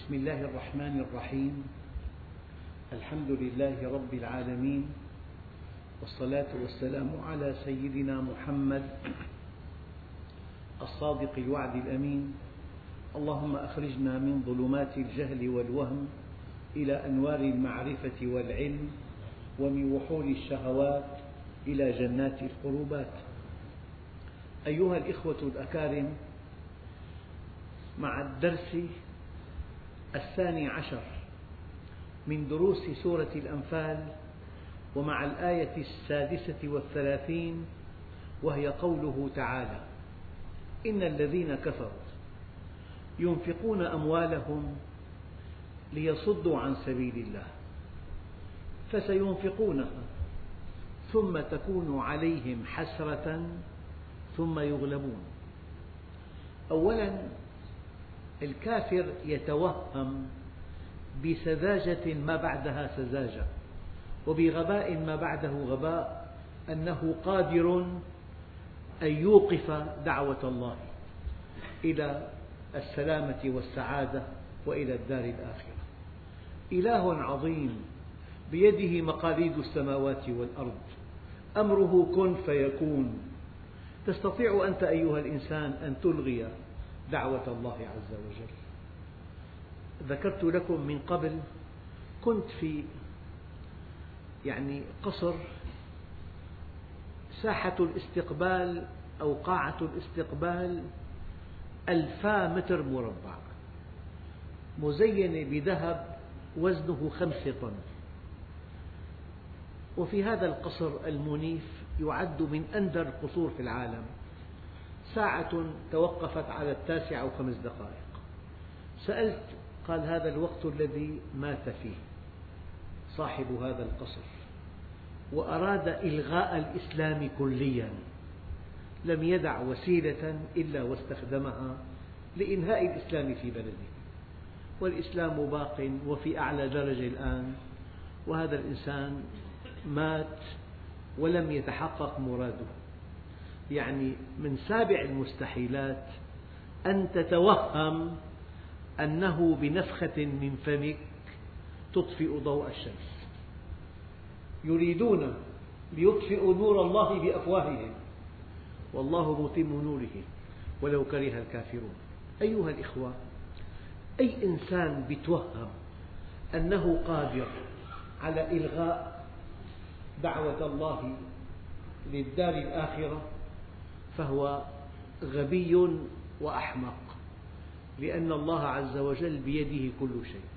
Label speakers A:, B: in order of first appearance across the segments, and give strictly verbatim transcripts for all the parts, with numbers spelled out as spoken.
A: بسم الله الرحمن الرحيم. الحمد لله رب العالمين، والصلاة والسلام على سيدنا محمد الصادق الوعد الأمين. اللهم أخرجنا من ظلمات الجهل والوهم إلى أنوار المعرفة والعلم، ومن وحول الشهوات إلى جنات القربات. أيها الإخوة الأكارم، مع الدرس الثاني عشر من دروس سورة الأنفال، ومع الآية السادسة والثلاثين، وهي قوله تعالى: إن الذين كفروا ينفقون أموالهم ليصدوا عن سبيل الله فسينفقونها ثم تكون عليهم حسرة ثم يغلبون. أولا، الكافر يتوهم بسذاجة ما بعدها سذاجة، وبغباء ما بعده غباء، أنه قادر أن يوقف دعوة الله إلى السلامة والسعادة وإلى الدار الآخرة. إله عظيم بيده مقاليد السماوات والأرض، أمره كن فيكون. تستطيع أنت أيها الإنسان أن تلغي دعوة الله عز وجل. ذكرت لكم من قبل، كنت في يعني قصر، ساحة الاستقبال أو قاعة الاستقبال ألفا متر مربع، مزينة بذهب وزنه خمسة طن. وفي هذا القصر المنيف يعد من أندر القصور في العالم. ساعة توقفت على التاسعة وخمس دقائق. سألت، قال: هذا الوقت الذي مات فيه صاحب هذا القصر، وأراد إلغاء الإسلام كليا، لم يدع وسيلة إلا واستخدمها لإنهاء الإسلام في بلده، والإسلام باق وفي أعلى درجة الآن، وهذا الإنسان مات ولم يتحقق مراده. يعني من سابع المستحيلات أن تتوهم أنه بنفخة من فمك تطفئ ضوء الشمس. يريدون ليطفئوا نور الله بأفواههم والله متم نوره ولو كره الكافرون. أيها الإخوة، أي إنسان يتوهم أنه قادر على إلغاء دعوة الله للدار الآخرة فهو غبي وأحمق، لأن الله عز وجل بيده كل شيء.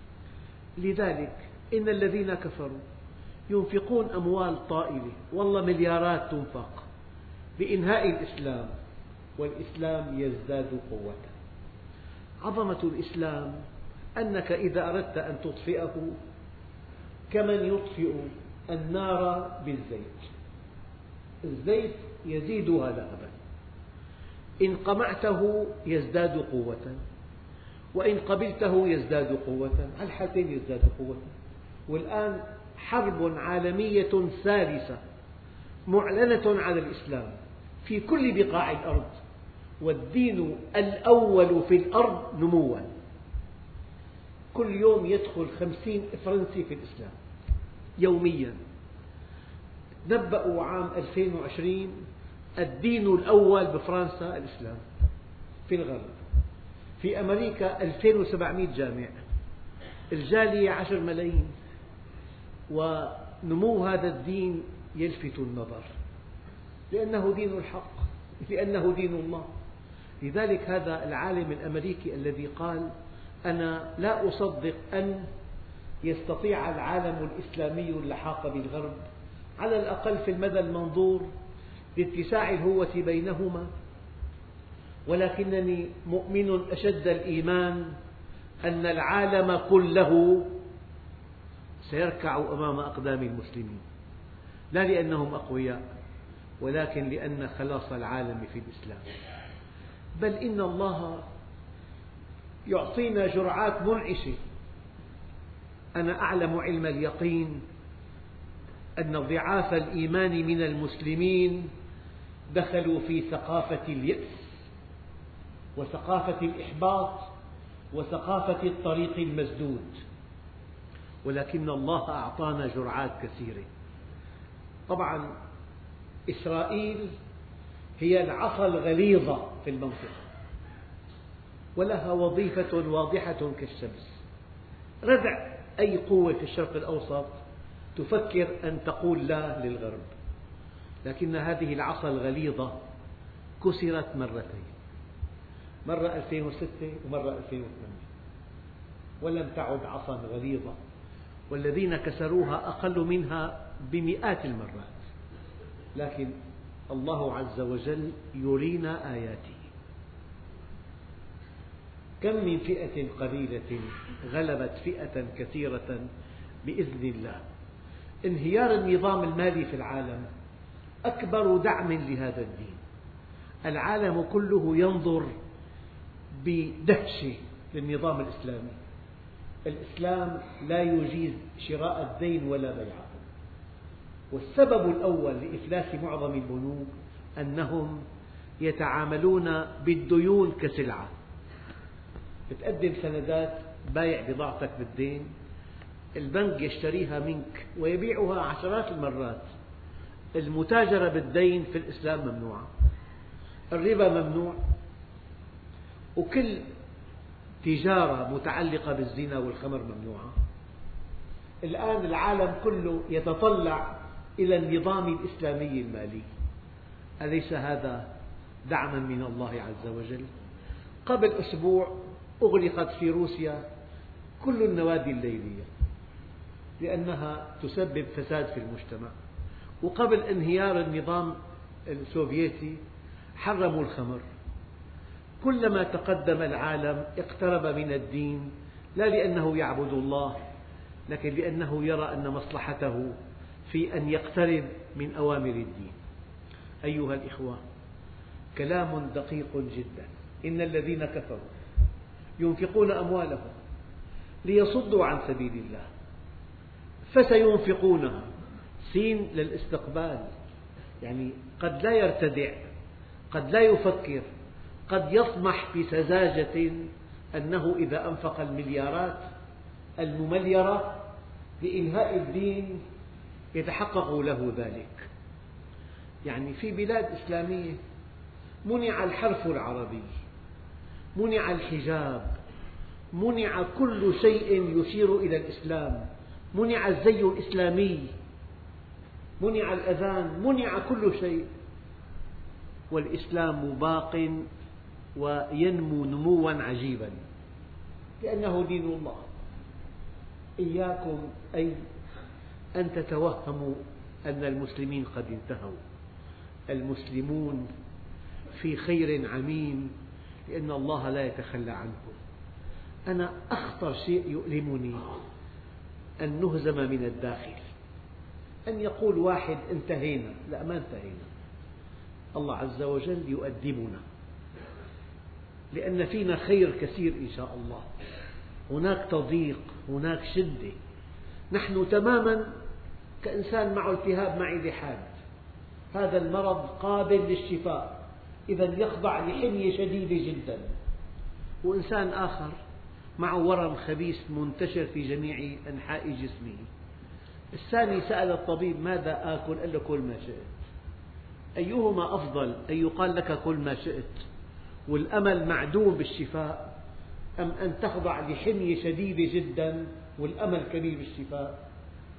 A: لذلك إن الذين كفروا ينفقون أموال طائلة، والله مليارات تنفق بإنهاء الإسلام، والإسلام يزداد قوة. عظمة الإسلام أنك إذا أردت أن تطفئه كمن يطفئ النار بالزيت، الزيت يزيدها لهبا، إن قمعته يزداد قوة، وإن قبلته يزداد قوة، على الحالتين يزداد قوة. والآن حرب عالمية ثالثة معلنة على الإسلام في كل بقاع الأرض، والدين الأول في الأرض نموا. كل يوم يدخل خمسين فرنسي في الإسلام يوميا. نبأوا عام ألفين وعشرين الدين الأول بفرنسا الإسلام في الغرب. في أمريكا ألفين وسبعمئة جامع، الجالية عشر ملايين، ونمو هذا الدين يلفت النظر، لأنه دين الحق، لأنه دين الله. لذلك هذا العالم الأمريكي الذي قال: أنا لا أصدق أن يستطيع العالم الإسلامي اللحاق بالغرب، على الأقل في المدى المنظور، لاتساع الهوة بينهما، ولكنني مؤمن أشد الإيمان أن العالم كله سيركع أمام أقدام المسلمين، لا لأنهم أقوياء، ولكن لأن خلاص العالم في الإسلام. بل إن الله يعطينا جرعات منعشة. أنا أعلم علم اليقين أن ضعاف الإيمان من المسلمين دخلوا في ثقافة اليأس وثقافة الإحباط وثقافة الطريق المسدود، ولكن الله أعطانا جرعات كثيرة. طبعا إسرائيل هي العصا الغليظة في المنطقة، ولها وظيفة واضحة كالشمس. ردع أي قوة في الشرق الأوسط تفكر أن تقول لا للغرب، لكن هذه العصا الغليظة كسرت مرتين، مرة ألفين وستة ومرة ألفين وثمانية، ولم تعد عصا غليظة، والذين كسروها أقل منها بمئات المرات. لكن الله عز وجل يرينا آياته. كم من فئة قليلة غلبت فئة كثيرة بإذن الله. انهيار النظام المالي في العالم أكبر دعم لهذا الدين. العالم كله ينظر بدهشة للنظام الإسلامي. الإسلام لا يجيز شراء الدين ولا بيعه، والسبب الأول لإفلاس معظم البنوك أنهم يتعاملون بالديون كسلعة. تقدم سندات بايع بضاعتك بالدين، البنك يشتريها منك ويبيعها عشرات المرات. المتاجرة بالدين في الإسلام ممنوعة، الربا ممنوع، وكل تجارة متعلقة بالزنا والخمر ممنوعة. الآن العالم كله يتطلع إلى النظام الإسلامي المالي. أليس هذا دعما من الله عز وجل؟ قبل أسبوع أغلقت في روسيا كل النوادي الليلية لأنها تسبب فساد في المجتمع، وقبل انهيار النظام السوفيتي حرموا الخمر. كلما تقدم العالم اقترب من الدين، لا لأنه يعبد الله، لكن لأنه يرى أن مصلحته في أن يقترب من أوامر الدين. أيها الإخوة، كلام دقيق جدا. إن الذين كفروا ينفقون أموالهم ليصدوا عن سبيل الله فسينفقونها، سين للاستقبال، يعني قد لا يرتدع، قد لا يفكر، قد يطمح بسذاجة أنه إذا أنفق المليارات الممليرة لإنهاء الدين يتحقق له ذلك. يعني في بلاد إسلامية منع الحرف العربي، منع الحجاب، منع كل شيء يشير إلى الإسلام، منع الزي الإسلامي، منع الأذان، منع كل شيء، والإسلام باق وينمو نموا عجيبا لأنه دين الله. إياكم أي أن تتوهموا أن المسلمين قد انتهوا. المسلمون في خير عميم لأن الله لا يتخلى عنهم. أنا أخطر شيء يؤلمني أن نهزم من الداخل، أن يقول واحد انتهينا. لا، ما انتهينا. الله عز وجل يؤدبنا لأن فينا خير كثير إن شاء الله. هناك تضييق، هناك شدة، نحن تماما كإنسان معه التهاب معدة حاد، هذا المرض قابل للشفاء، إذا يخضع لحمية شديدة جدا. وإنسان آخر معه ورم خبيث منتشر في جميع أنحاء جسمه. الثاني سأل الطبيب ماذا آكل؟ قال له كل ما شئت. أيهما أفضل، أن يقال لك كل ما شئت والأمل معدوم بالشفاء، أم أن تخضع لحمية شديدة جدا والأمل كبير بالشفاء؟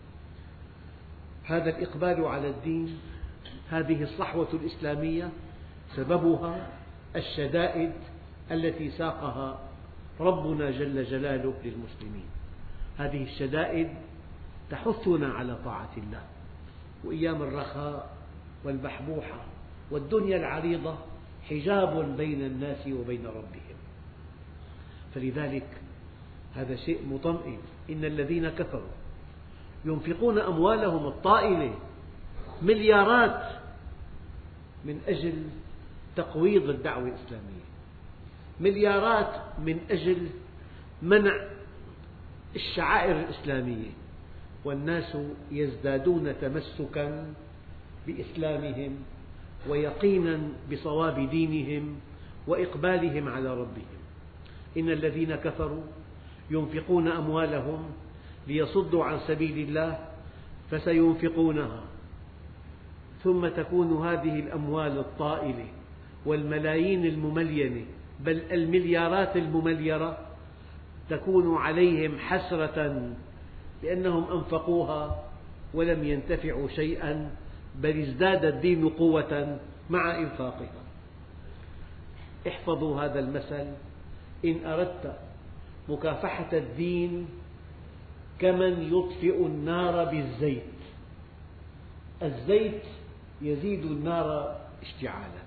A: هذا الإقبال على الدين، هذه الصحوة الإسلامية سببها الشدائد التي ساقها ربنا جل جلاله للمسلمين. هذه الشدائد تحثنا على طاعة الله، وأيام الرخاء والبحبوحة والدنيا العريضة حجاب بين الناس وبين ربهم. فلذلك هذا شيء مطمئن. إن الذين كفروا ينفقون أموالهم الطائلة مليارات من أجل تقويض الدعوة الإسلامية، مليارات من أجل منع الشعائر الإسلامية، والناس يزدادون تمسكا بإسلامهم ويقينا بصواب دينهم وإقبالهم على ربهم. إن الذين كفروا ينفقون أموالهم ليصدوا عن سبيل الله فسينفقونها ثم تكون هذه الأموال الطائلة والملايين المملينة بل المليارات الممليرة تكون عليهم حسرة لأنهم أنفقوها ولم ينتفعوا شيئا، بل ازداد الدين قوة مع إنفاقها. احفظوا هذا المثل: إن أردت مكافحة الدين كمن يطفئ النار بالزيت، الزيت يزيد النار اشتعالا،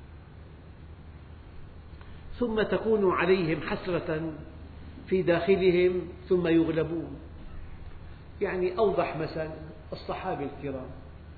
A: ثم تكون عليهم حسرة في داخلهم ثم يغلبون. يعني أوضح مثل الصحابة الكرام،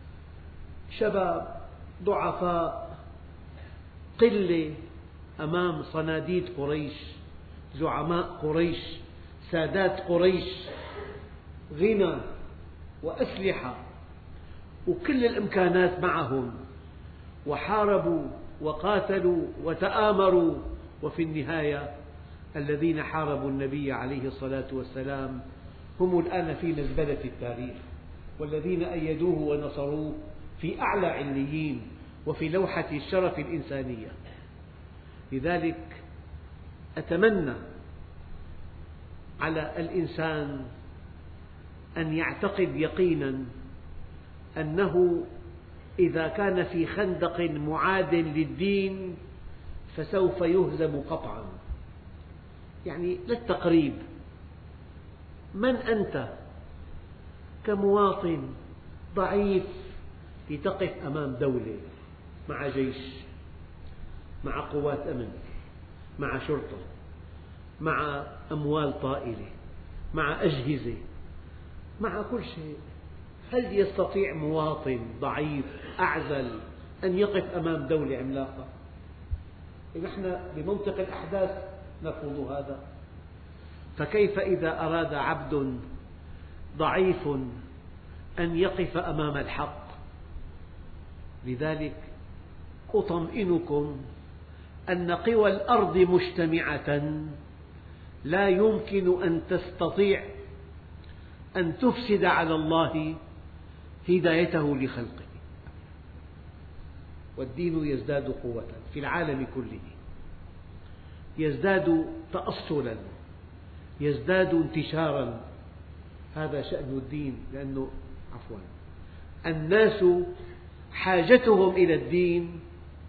A: شباب ضعفاء قلة أمام صناديد قريش، زعماء قريش، سادات قريش، غنى وأسلحة وكل الإمكانات معهم، وحاربوا وقاتلوا وتآمروا، وفي النهاية الذين حاربوا النبي عليه الصلاة والسلام هم الآن في مزبلة التاريخ، والذين أيدوه ونصروه في أعلى عليين وفي لوحة الشرف الإنسانية. لذلك أتمنى على الإنسان أن يعتقد يقينا أنه إذا كان في خندق معاد للدين فسوف يهزم قطعا. يعني للتقريب، من أنت كمواطن ضعيف لتقف أمام دولة مع جيش، مع قوات أمن، مع شرطة، مع أموال طائلة، مع أجهزة، مع كل شيء؟ هل يستطيع مواطن ضعيف أعزل أن يقف أمام دولة عملاقة؟ نحن بمنطق الأحداث نرفض هذا، فكيف إذا أراد عبد ضعيف أن يقف أمام الحق؟ لذلك أطمئنكم أن قوى الأرض مجتمعة لا يمكن أن تستطيع أن تفسد على الله هدايته لخلقه، والدين يزداد قوة في العالم كله، يزداد تأصلا، يزداد انتشارا. هذا شأن الدين، لأنه عفوا الناس حاجتهم إلى الدين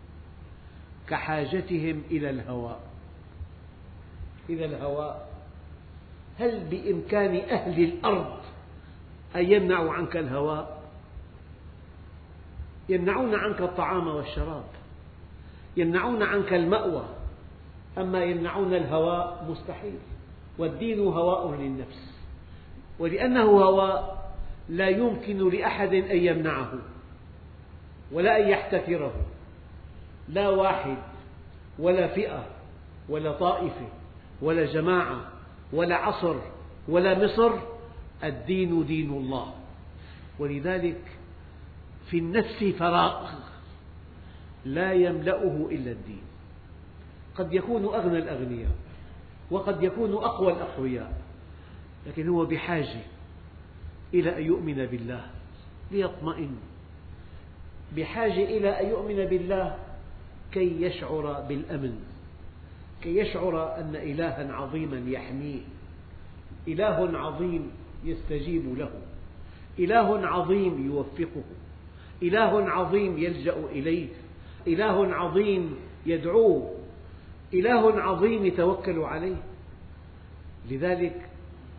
A: كحاجتهم إلى الهواء. إلى الهواء، هل بإمكان أهل الأرض أن يمنعوا عنك الهواء؟ يمنعون عنك الطعام والشراب، يمنعون عنك المأوى، أما يمنعون الهواء مستحيل. والدين هواء للنفس، ولأنه هواء لا يمكن لأحد أن يمنعه ولا أن يحتكره، لا واحد ولا فئة ولا طائفة ولا جماعة ولا عصر ولا مصر. الدين دين الله، ولذلك في النفس فراغ لا يملأه إلا الدين. قد يكون أغنى الأغنياء وقد يكون أقوى الأقوياء، لكن هو بحاجة إلى أن يؤمن بالله ليطمئن، بحاجة إلى أن يؤمن بالله كي يشعر بالأمن، كي يشعر أن إلها عظيما يحميه، إله عظيم يستجيب له، إله عظيم يوفقه، إله عظيم يلجأ إليه، إله عظيم يدعوه، إله عظيم يتوكل عليه. لذلك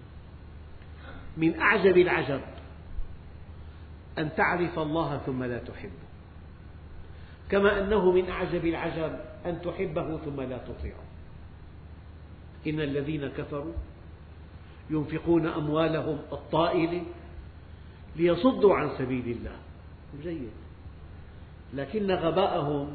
A: من أعجب العجب أن تعرف الله ثم لا تحبه، كما أنه من أعجب العجب أن تحبه ثم لا تطيعه. إن الذين كفروا ينفقون أموالهم الطائلة ليصدوا عن سبيل الله. جيد، لكن غباءهم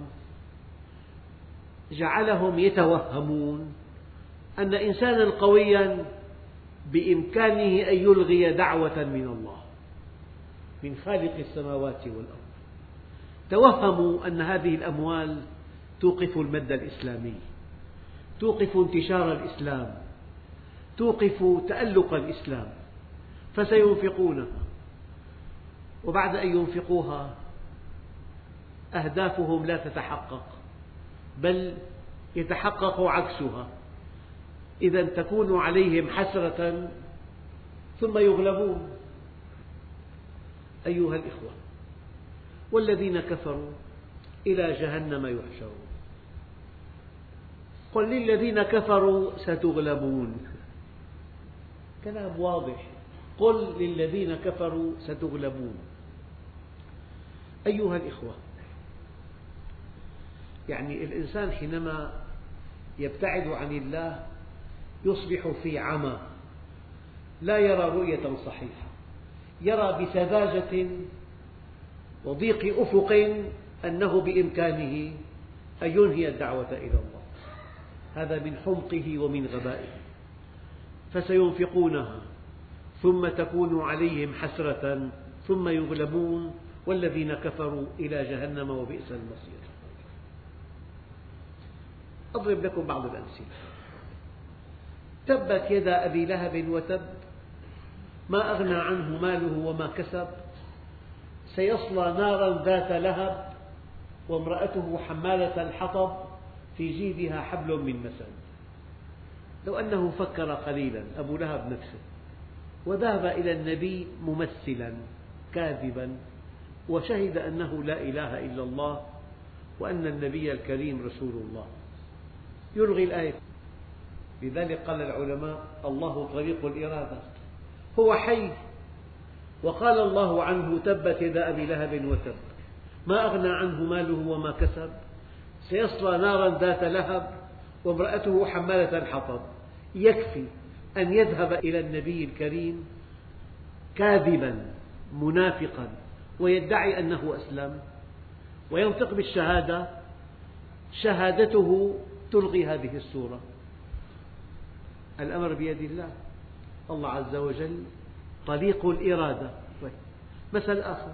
A: جعلهم يتوهمون أن إنسانا قويا بإمكانه أن يلغي دعوة من الله، من خالق السماوات والأرض. توهموا أن هذه الأموال توقف المد الإسلامي، توقف انتشار الإسلام، توقف تألق الإسلام، فسينفقونها، وبعد أن ينفقوها أهدافهم لا تتحقق، بل يتحقق عكسها. إذا تكون عليهم حسرة ثم يغلبون. أيها الإخوة، والذين كفروا إلى جهنم يحشرون. قل للذين كفروا ستغلبون، كلام واضح، قل للذين كفروا ستغلبون. أيها الإخوة، يعني الإنسان حينما يبتعد عن الله يصبح في عمى، لا يرى رؤية صحيحة، يرى بسذاجة وضيق أفق أنه بإمكانه أن ينهي الدعوة إلى الله. هذا من حمقه ومن غبائه. فسينفقونها ثم تكون عليهم حسرة ثم يغلبون والذين كفروا إلى جهنم وبئس المصير. أضرب لكم بعض الأمثلة. تبت يدا أبي لهب وتب، ما أغنى عنه ماله وما كسب، سيصلى نارا ذات لهب وامرأته حمالة الحطب في جيدها حبل من مسد. لو أنه فكر قليلا أبو لهب نفسه وذهب إلى النبي ممثلا كاذبا وشهد أنه لا إله إلا الله وأن النبي الكريم رسول الله، يلغي الآية. لذلك قال العلماء: الله طريق الإرادة. هو حي، وقال الله عنه: تبت يدا أبي لهب وتب، ما أغنى عنه ماله وما كسب، سيصلى نارا ذات لهب وامرأته حمالة الحطب. يكفي أن يذهب إلى النبي الكريم كاذبا منافقا ويدعي أنه أسلم وينطق بالشهادة، شهادته تلغي هذه السورة. الأمر بيد الله، الله عز وجل طليق الإرادة. مثل آخر: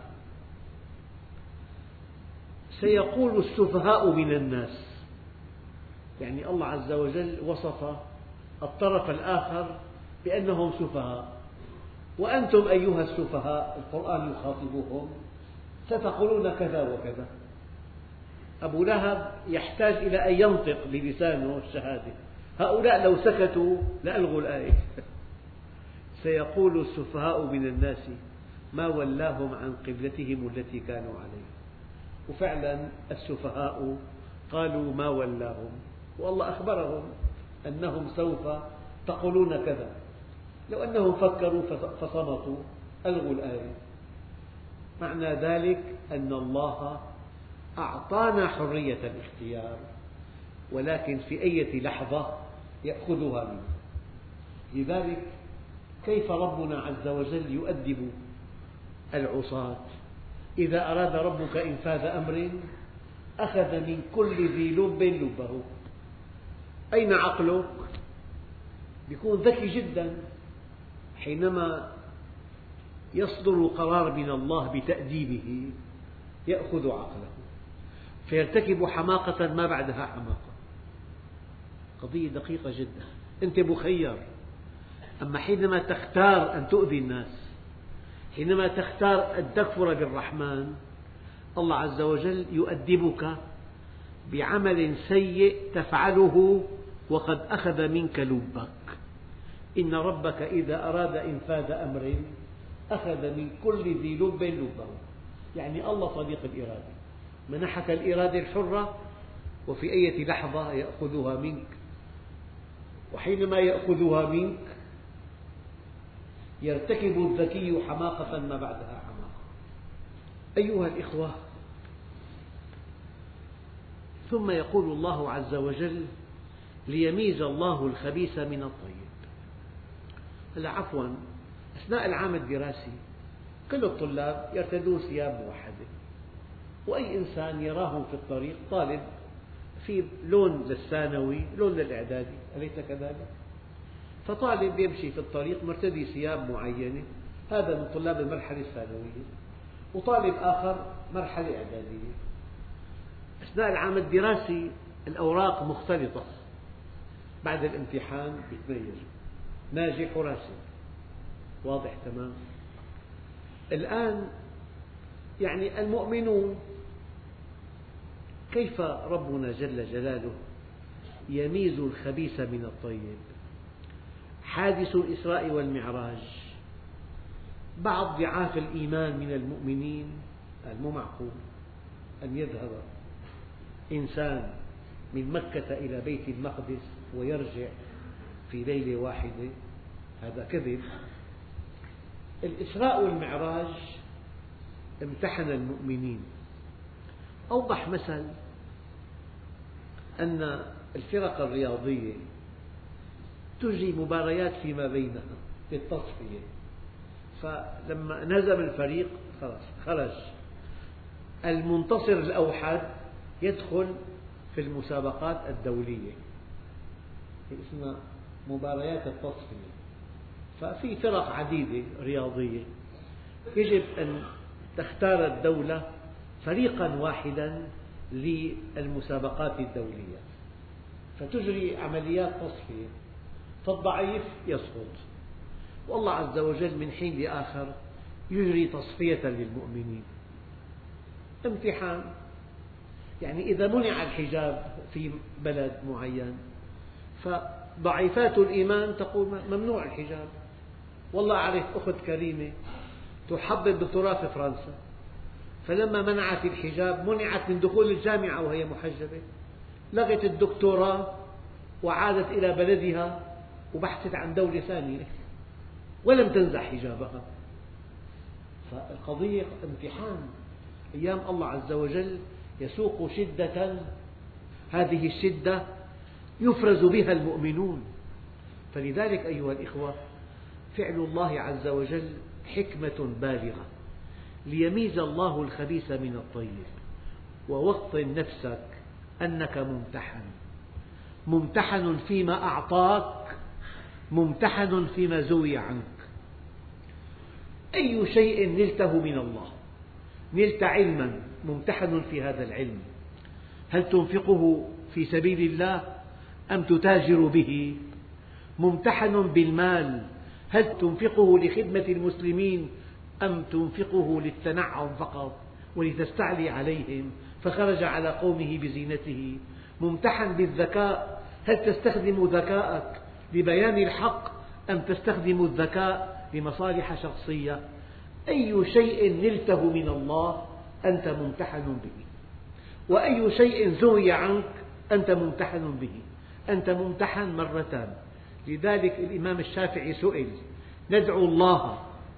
A: سيقول السفهاء من الناس، يعني الله عز وجل وصف الطرف الآخر بأنهم سفهاء، وأنتم أيها السفهاء القرآن يخاطبهم ستقولون كذا وكذا. أبو لهب يحتاج إلى أن ينطق بلسانه الشهادة، هؤلاء لو سكتوا لألغوا الآية. سيقول السفهاء من الناس ما ولاهم عن قبلتهم التي كانوا عليها. وفعلا السفهاء قالوا ما ولاهم، والله أخبرهم أنهم سوف تقولون كذا. لو أنهم فكروا فصمتوا ألغوا الآية. معنى ذلك أن الله أعطانا حرية الاختيار، ولكن في أي لحظة يأخذها منه. لذلك كيف ربنا عز وجل يؤدب العصاة؟ إذا أراد ربك إنفاذ أمر أخذ من كل ذي لب لبه. أين عقلك؟ يكون ذكي جدا حينما يصدر قرار من الله بتأديبه، يأخذ عقله فيرتكب حماقة ما بعدها حماقة. قضية دقيقة جدا. أنت مخير، أما حينما تختار أن تؤذي الناس، حينما تختار أن تكفر بالرحمن، الله عز وجل يؤدبك بعمل سيء تفعله وقد أخذ منك لبك. إن ربك إذا أراد إنفاذ أمر أخذ من كل ذي لب لبه. يعني الله طليق الإرادة، منحك الإرادة الحرة وفي أي لحظة يأخذها منك، وحينما يأخذها منك يرتكب الذكي حماقة ما بعدها حماقة. أيها الإخوة، ثم يقول الله عز وجل: ليميز الله الخبيث من الطيب. هلا عفوا، أثناء العام الدراسي كل الطلاب يرتدون ثياب موحدة، وأي إنسان يراهم في الطريق، طالب في لون للثانوي لون للإعدادي، أليس كذلك؟ فطالب يمشي في الطريق مرتدي ثياب معينة، هذا من طلاب المرحلة الثانوية، وطالب آخر مرحلة إعدادية. أثناء العام الدراسي الأوراق مختلطة، بعد الامتحان بيتميز، ناجح وراسب، واضح تمام. الآن يعني المؤمنون كيف ربنا جل جلاله يميز الخبيث من الطيب؟ حادث الإسراء والمعراج، بعض ضعاف الإيمان من المؤمنين مو معقول أن يذهب إنسان من مكة إلى بيت المقدس ويرجع في ليلة واحدة، هذا كذب. الإسراء والمعراج امتحن المؤمنين. أوضح مثل أن الفرق الرياضية تجري مباريات فيما بينها للتصفية، فلما نهزم الفريق خلاص خرج، المنتصر الأوحد يدخل في المسابقات الدولية اسمها مباريات التصفية. ففي فرق عديدة رياضية، يجب أن تختار الدولة فريقا واحدا للمسابقات الدولية، فتجري عمليات تصفية، فالضعيف يسقط، والله عز وجل من حين لآخر يجري تصفية للمؤمنين. امتحان، يعني إذا منع الحجاب في بلد معين فضعيفات الإيمان تقول ممنوع الحجاب. والله أعرف أخت كريمة تحضر دكتوراه في فرنسا، فلما منعت الحجاب منعت من دخول الجامعة وهي محجبة، لغت الدكتوراه وعادت إلى بلدها وبحثت عن دولة ثانية ولم تنزع حجابها. فالقضية امتحان، أيام الله عز وجل يسوق شدة، هذه الشدة يفرز بها المؤمنون. فلذلك أيها الإخوة فعل الله عز وجل حكمة بالغة ليميز الله الخبيث من الطيب. ووطن نفسك أنك ممتحن، ممتحن فيما أعطاك، ممتحن فيما زوي عنك. أي شيء نلته من الله، نلت علما، ممتحن في هذا العلم، هل تنفقه في سبيل الله أم تتاجر به؟ ممتحن بالمال، هل تنفقه لخدمة المسلمين أم تنفقه للتنعم فقط ولتستعلي عليهم فخرج على قومه بزينته؟ ممتحن بالذكاء، هل تستخدم ذكاءك لبيان الحق أم تستخدم الذكاء لمصالح شخصية؟ أي شيء نلته من الله أنت ممتحن به، وأي شيء زوي عنك أنت ممتحن به. أنت ممتحن مرتان. لذلك الإمام الشافعي سئل: ندعو الله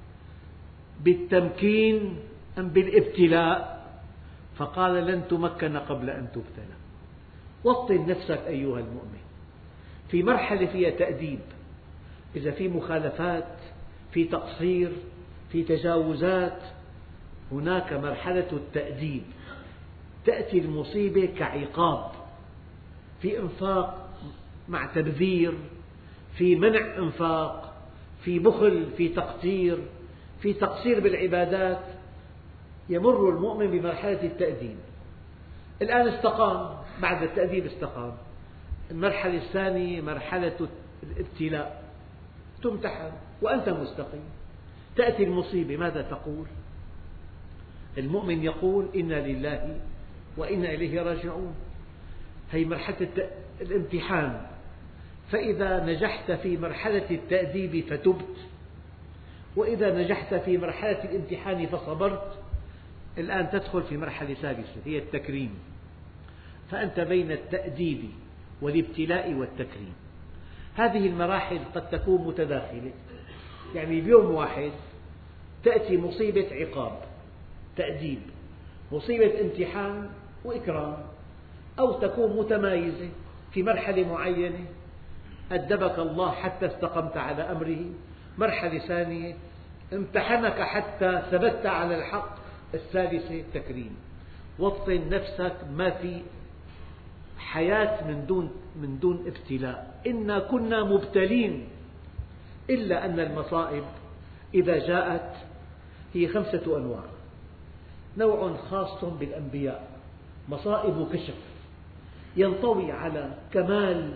A: بالتمكين أم بالابتلاء؟ فقال: لن تمكن قبل أن تبتلى. وطن نفسك أيها المؤمن في مرحلة فيها تأديب، إذا في مخالفات، في تقصير، في تجاوزات، هناك مرحلة التأديب، تأتي المصيبة كعقاب، في إنفاق مع تبذير، في منع إنفاق، في بخل، في تقصير، في تقصير بالعبادات، يمر المؤمن بمرحلة التأديب. الآن استقام، بعد التأديب استقام. المرحلة الثانية مرحلة الابتلاء، تمتحن وأنت مستقيم، تأتي المصيبة ماذا تقول؟ المؤمن يقول: إنا لله وإنا إليه راجعون. هي مرحلة الامتحان، فإذا نجحت في مرحلة التأديب فتبت، وإذا نجحت في مرحلة الامتحان فصبرت، الآن تدخل في مرحلة ثالثة هي التكريم. فأنت بين التأديب والابتلاء والتكريم. هذه المراحل قد تكون متداخلة، يعني بيوم واحد تأتي مصيبة عقاب تأديب، مصيبة امتحان وإكرام، أو تكون متمايزة في مرحلة معينة أدبك الله حتى استقمت على أمره، مرحلة ثانية امتحنك حتى ثبت على الحق، الثالثة تكريم. وطن نفسك، ما في حياة من دون من دون ابتلاء. إنا كنا مبتلين، إلا أن المصائب إذا جاءت هي خمسة أنواع. نوع خاص بالأنبياء، مصائب كشف، ينطوي على كمال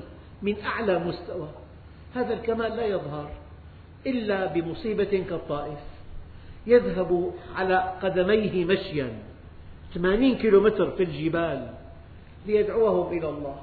A: من أعلى مستوى. هذا الكمال لا يظهر إلا بمصيبة كالطائف، يذهب على قدميه مشيا ثمانين كيلومتر في الجبال ليدعوهم إلى الله،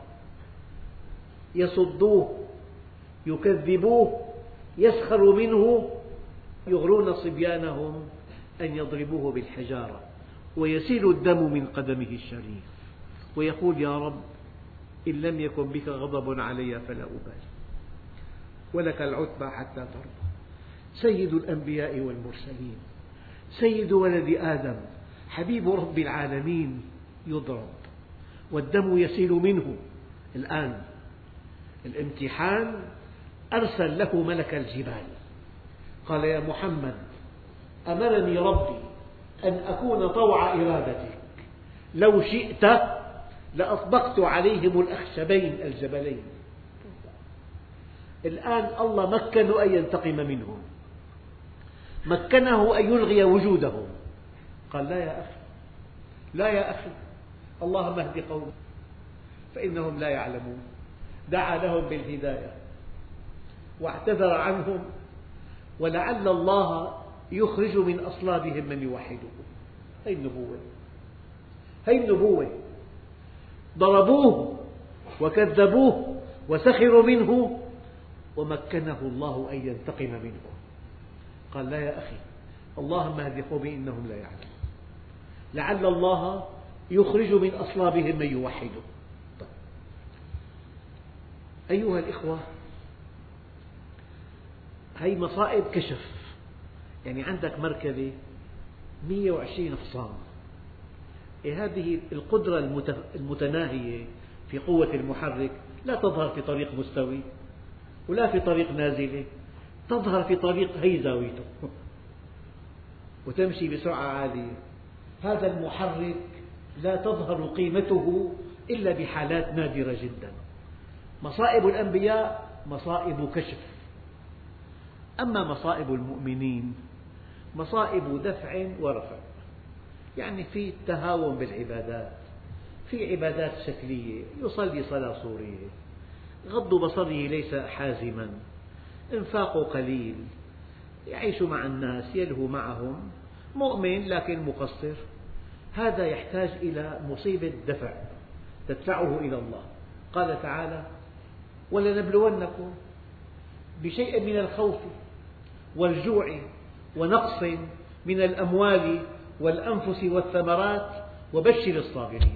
A: يصدوه، يكذبوه، يسخروا منه، يغرون صبيانهم أن يضربوه بالحجارة، ويسيل الدم من قدمه الشريف، ويقول: يا رب إن لم يكن بك غضب علي فلا أبالي، ولك العتبى حتى ترضى. سيد الأنبياء والمرسلين، سيد ولد آدم، حبيب رب العالمين، يضرب والدم يسيل منه. الآن الامتحان، أرسل له ملك الجبال، قال: يا محمد أمرني ربي أن أكون طوع إرادتك، لو شئت لأطبقت عليهم الأخشبين الجبلين. الآن الله مكنه أن ينتقم منهم، مكنه أن يلغي وجودهم. قال: لا يا أخي، لا يا أخي، اللهم اهد قومي فإنهم لا يعلمون. دعا لهم بالهداية واعتذر عنهم، ولعل الله يخرج من أصلابهم من يوحده. هذه النبوة، هذه النبوة. ضربوه وكذبوه وسخروا منه، ومكنه الله أن ينتقم منهم. قال: لا يا أخي، اللهم اهد قومي إنهم لا يعلمون. لعل الله يخرج من أصلابهم من يوحده. طيب. أيها الإخوة، هذه مصائب كشف. يعني عندك مركبة مئة وعشرين حصان، هذه القدرة المتناهية في قوة المحرك لا تظهر في طريق مستوي ولا في طريق نازلة، تظهر في طريق هي زاويته وتمشي بسرعة عالية. هذا المحرك لا تظهر قيمته إلا بحالات نادرة جدا. مصائب الأنبياء مصائب كشف، أما مصائب المؤمنين مصائب دفع ورفع. يعني في تهاون بالعبادات، في عبادات شكلية، يصلي صلاة صورية، غض بصره ليس حازما، إنفاقه قليل، يعيش مع الناس، يلهو معهم، مؤمن لكن مقصر. هذا يحتاج إلى مصيبة دفع تدفعه إلى الله. قال تعالى: ولنبلونكم بشيء من الخوف والجوع ونقص من الأموال والأنفس والثمرات وبشر الصابرين.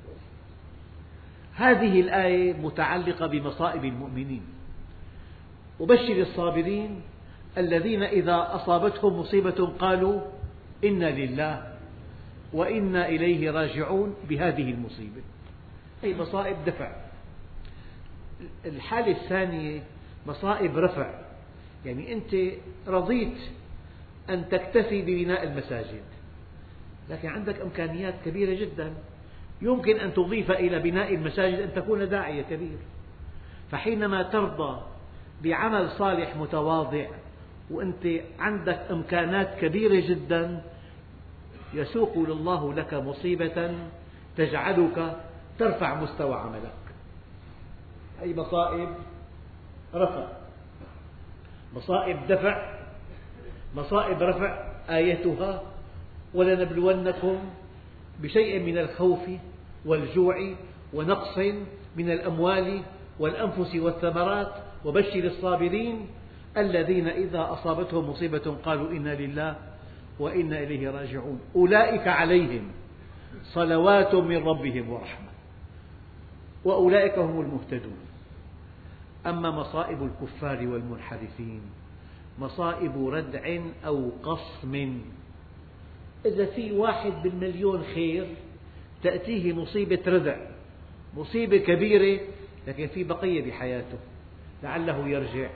A: هذه الآية متعلقة بمصائب المؤمنين. وبشر الصابرين الذين إذا أصابتهم مصيبة قالوا إنا لله وإنا إليه راجعون بهذه المصيبة. أي مصائب دفع. الحالة الثانية مصائب رفع. يعني أنت رضيت أن تكتفي ببناء المساجد، لكن عندك إمكانيات كبيرة جدا، يمكن أن تضيف إلى بناء المساجد أن تكون داعية كبير. فحينما ترضى بعمل صالح متواضع وأنت عندك إمكانات كبيرة جدا، يسوق الله لك مصيبة تجعلك ترفع مستوى عملك. أي مصائب رفع. مصائب دفع، مصائب رفع آيتها: ولنبلونكم بشيء من الخوف والجوع ونقص من الأموال والأنفس والثمرات وبشر الصابرين الذين إذا أصابتهم مصيبة قالوا إنا لله وإنا إليه راجعون أولئك عليهم صلوات من ربهم ورحمة وأولئك هم المهتدون. أما مصائب الكفار والمنحرفين مصائب ردع أو قصم. إذا في واحد بالمليون خير تأتيه مصيبة ردع، مصيبة كبيرة، لكن في بقية بحياته لعله يرجع.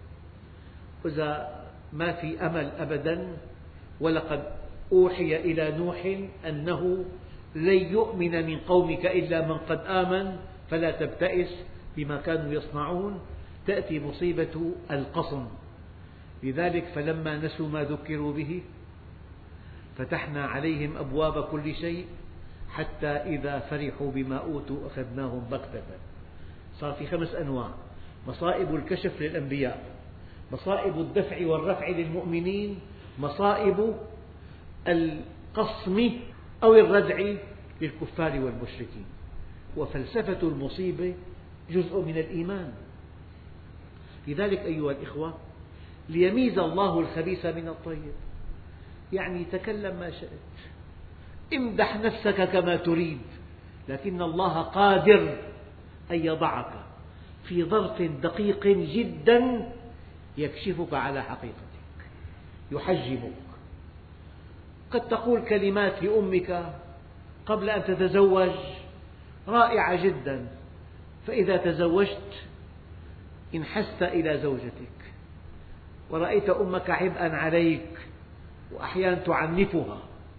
A: إذا ما في أمل أبدا. ولقد أوحي إلى نوح أنه لن يؤمن من قومك إلا من قد آمن فلا تبتئس بما كانوا يصنعون. تأتي مصيبة القصم. لذلك فلما نسوا ما ذكروا به فتحنا عليهم أبواب كل شيء حتى إذا فرحوا بما أوتوا أخذناهم بغتة. صار في خمس أنواع: مصائب الكشف للأنبياء، مصائب الدفع والرفع للمؤمنين، مصائب القصم أو الردع للكفار والمشركين. وفلسفة المصيبة جزء من الإيمان. لذلك أيها الإخوة، ليميز الله الخبيث من الطيب، يعني تكلم ما شئت، امدح نفسك كما تريد، لكن الله قادر أن يضعك في ظرف دقيق جدا يكشفك على حقيقتك، يحجمك. قد تقول كلمات لأمك قبل أن تتزوج رائعة جدا، فإذا تزوجت انحست إلى زوجتك ورأيت أمك عبئا عليك وأحيانا تعنفها،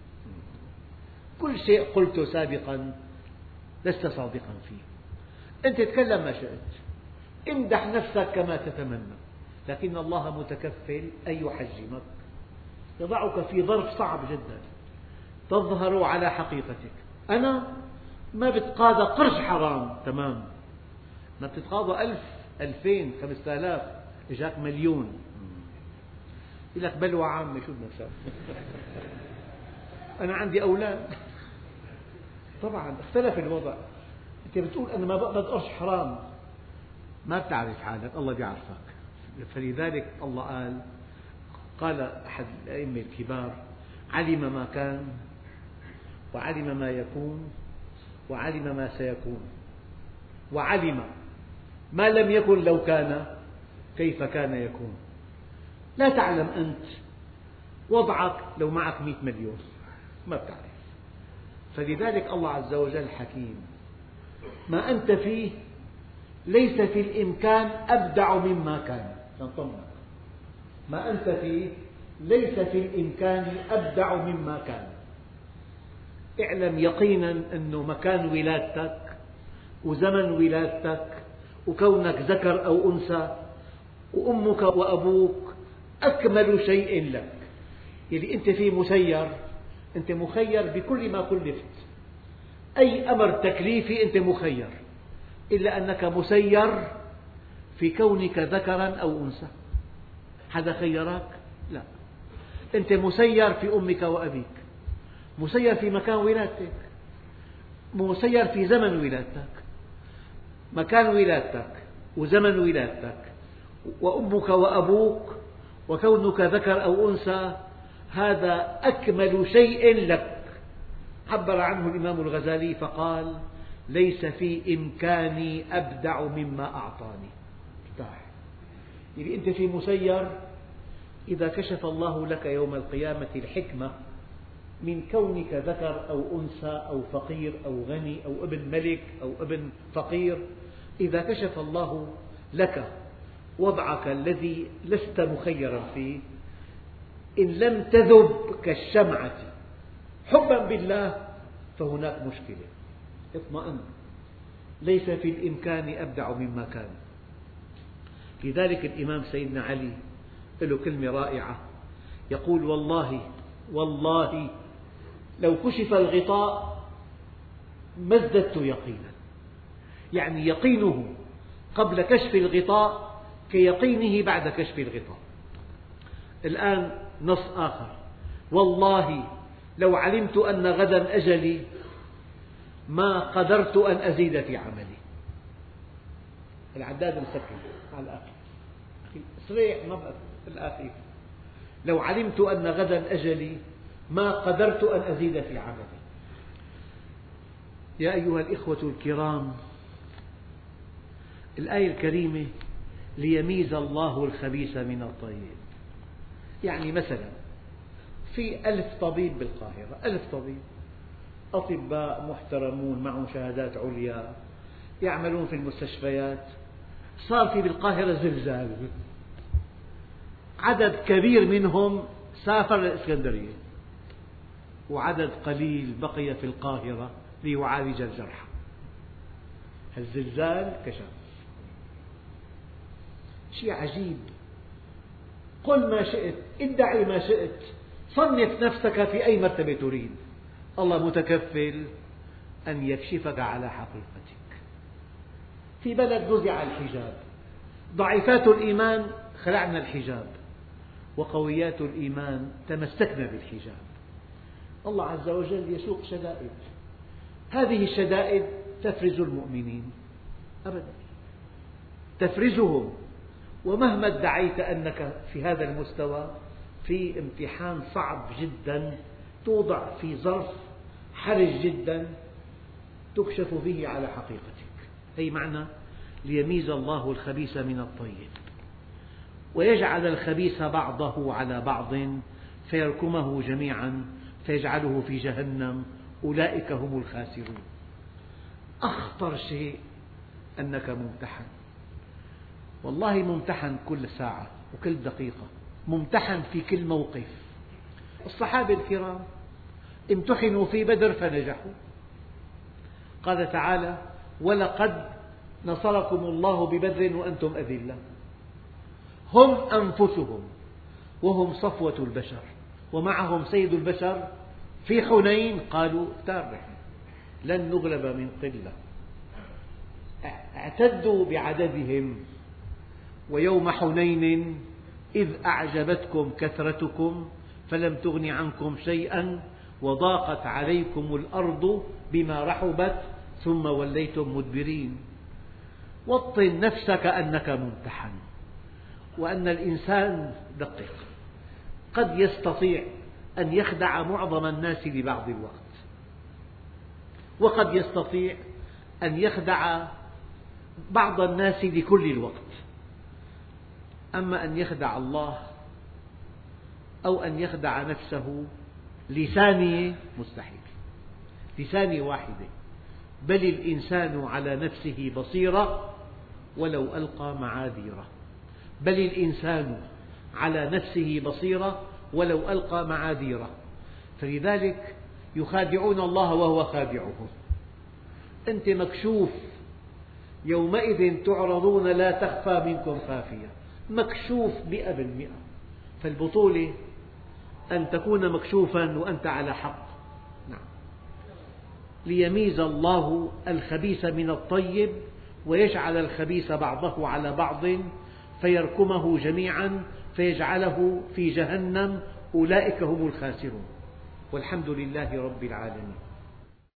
A: كل شيء قلته سابقا لست صادقا فيه. أنت تكلم ما شئت، امدح نفسك كما تتمنى، لكن الله متكفل أن يحجمك، يضعك في ظرف صعب جدا تظهر على حقيقتك. أنا ما بتقاضى قرش حرام، تمام، ما بتتقاضى ألف ألفين خمسة آلاف إجاك مليون، يقول لك بلوى عامة، شو بدنا نسوي؟ أنا عندي أولاد، طبعا اختلف الوضع. أنت بتقول أنا ما بقبض قرش حرام، ما بتعرف حالك، الله بيعرفك. فلذلك الله قال قال أحد الأئمة الكبار: علم ما كان وعلم ما يكون وعلم ما سيكون، وعلم ما لم يكن لو كان كيف كان يكون. لا تعلم أنت وضعك لو معك مئة مليون، ما بتعرف. فلذلك الله عز وجل حكيم. ما أنت فيه ليس في الإمكان أبدع مما كان، تنطمئن. ما أنت فيه ليس في الإمكان أبدع مما كان. اعلم يقينا أن مكان ولادتك وزمن ولادتك وكونك ذكر أو أنثى وأمك وأبوك أكمل شيء لك. يعني أنت فيه مسير، أنت مخير بكل ما كلفت، أي أمر تكليفي أنت مخير، إلا أنك مسير في كونك ذكرا أو أنثى. حدا خيرك؟ لا. أنت مسير في أمك وأبيك، مسير في مكان ولادتك، مسير في زمن ولادتك. مكان ولادتك وزمن ولادتك وأمك وأبوك وكونك ذكر أو أنثى، هذا أكمل شيء لك. عبر عنه الإمام الغزالي فقال: ليس في إمكاني أبدع مما أعطاني. ارتاح. يعني أنت في مسير. إذا كشف الله لك يوم القيامة الحكمة من كونك ذكر أو أنثى أو فقير أو غني أو ابن ملك أو ابن فقير، إذا كشف الله لك وضعك الذي لست مخيرا فيه، إن لم تذب كالشمعة حبا بالله فهناك مشكلة. اطمئن، ليس في الإمكان أبدع مما كان. لذلك الإمام سيدنا علي له كلمة رائعة، يقول: والله والله لو كشف الغطاء ما ازددت يقينا. يعني يقينه قبل كشف الغطاء كيقينه بعد كشف الغطاء. الآن نص آخر: والله لو علمت أن غدا أجلي ما قدرت أن أزيد في عملي. العداد مسكن على الآخر، صريح ما بقى الآخر. لو علمت أن غدا أجلي ما قدرت أن أزيد في عملي. يا أيها الإخوة الكرام، الآية الكريمة ليميز الله الخبيث من الطيب. يعني مثلا في ألف طبيب بالقاهرة، ألف طبيب، أطباء محترمون معهم شهادات عليا يعملون في المستشفيات. صار في بالقاهرة زلزال، عدد كبير منهم سافر للإسكندرية وعدد قليل بقي في القاهرة ليعالج الجرحى. الزلزال كشف شيء عجيب. قل ما شئت، ادعي ما شئت، صنف نفسك في أي مرتبة تريد، الله متكفل أن يكشفك على حقيقتك. في بلد نزع الحجاب، ضعيفات الإيمان خلعنا الحجاب، وقويات الإيمان تمسكنا بالحجاب. الله عز وجل يسوق شدائد، هذه الشدائد تفرز المؤمنين أبدا، تفرزهم. ومهما ادعيت أنك في هذا المستوى، في امتحان صعب جدا توضع في ظرف حرج جدا تكشف به على حقيقتك. هي معنى ليميز الله الخبيث من الطيب ويجعل الخبيث بعضه على بعض فيركمه جميعا فيجعله في جهنم أولئك هم الخاسرون. أخطر شيء أنك ممتحن، والله ممتحن كل ساعة وكل دقيقة، ممتحن في كل موقف. الصحابة الكرام امتحنوا في بدر فنجحوا. قال تعالى: ولقد نصركم الله ببدر وأنتم أذلة. هم أنفسهم وهم صفوة البشر ومعهم سيد البشر في حنين قالوا تارح لن نغلب من قلة، اعتدوا بعددهم. ويوم حنين إذ أعجبتكم كثرتكم فلم تغن عنكم شيئا وضاقت عليكم الأرض بما رحبت ثم وليتم مدبرين. وطن نفسك أنك ممتحن، وأن الإنسان دقيق قد يستطيع أن يخدع معظم الناس لبعض الوقت، وقد يستطيع أن يخدع بعض الناس لكل الوقت. أما أن يخدع الله أو أن يخدع نفسه لثانية مستحيل، لثانية واحدة. بل الإنسان على نفسه بصيرة ولو ألقى معاذيره. بل الإنسان على نفسه بصيرة ولو ألقى معاذيره. فلذلك يخادعون الله وهو خادعهم. أنت مكشوف، يومئذ تعرضون لا تخفى منكم خافية، مكشوف مئة بالمئة. فالبطولة أن تكون مكشوفا وأنت على حق. نعم. ليميز الله الخبيث من الطيب ويجعل الخبيث بعضه على بعض فيركمه جميعا فيجعله في جهنم أولئك هم الخاسرون. والحمد لله رب العالمين.